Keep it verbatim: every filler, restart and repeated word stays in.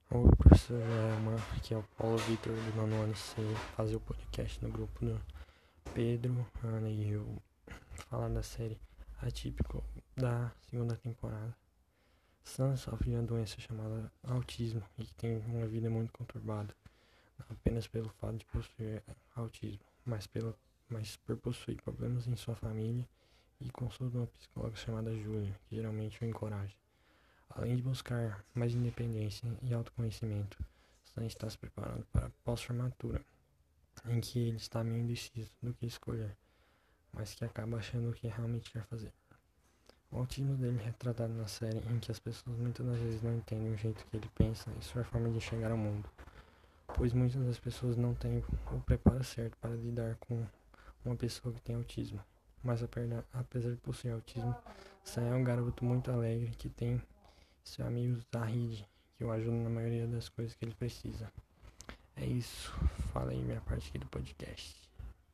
Oi, professor Elma, aqui é o Paulo Vitor do nono ano C, fazer o podcast no grupo do Pedro, Ana e eu, falar da série Atípico da segunda temporada. Sam sofre de uma doença chamada autismo e tem uma vida muito conturbada, não apenas pelo fato de possuir autismo, mas, pela, mas por possuir problemas em sua família e consulta uma psicóloga chamada Júlia, que geralmente o encoraja. Além de buscar mais independência e autoconhecimento, Sam está se preparando para a pós-formatura, em que ele está meio indeciso do que escolher, mas que acaba achando o que realmente quer fazer. O autismo dele é retratado na série, em que as pessoas muitas das vezes não entendem o jeito que ele pensa e sua forma de enxergar o mundo, pois muitas das pessoas não têm o preparo certo para lidar com uma pessoa que tem autismo. Mas apesar de possuir autismo, Sam é um garoto muito alegre que tem seu amigo Zahid, que o ajuda na maioria das coisas que ele precisa. É isso. Fala aí minha parte aqui do podcast.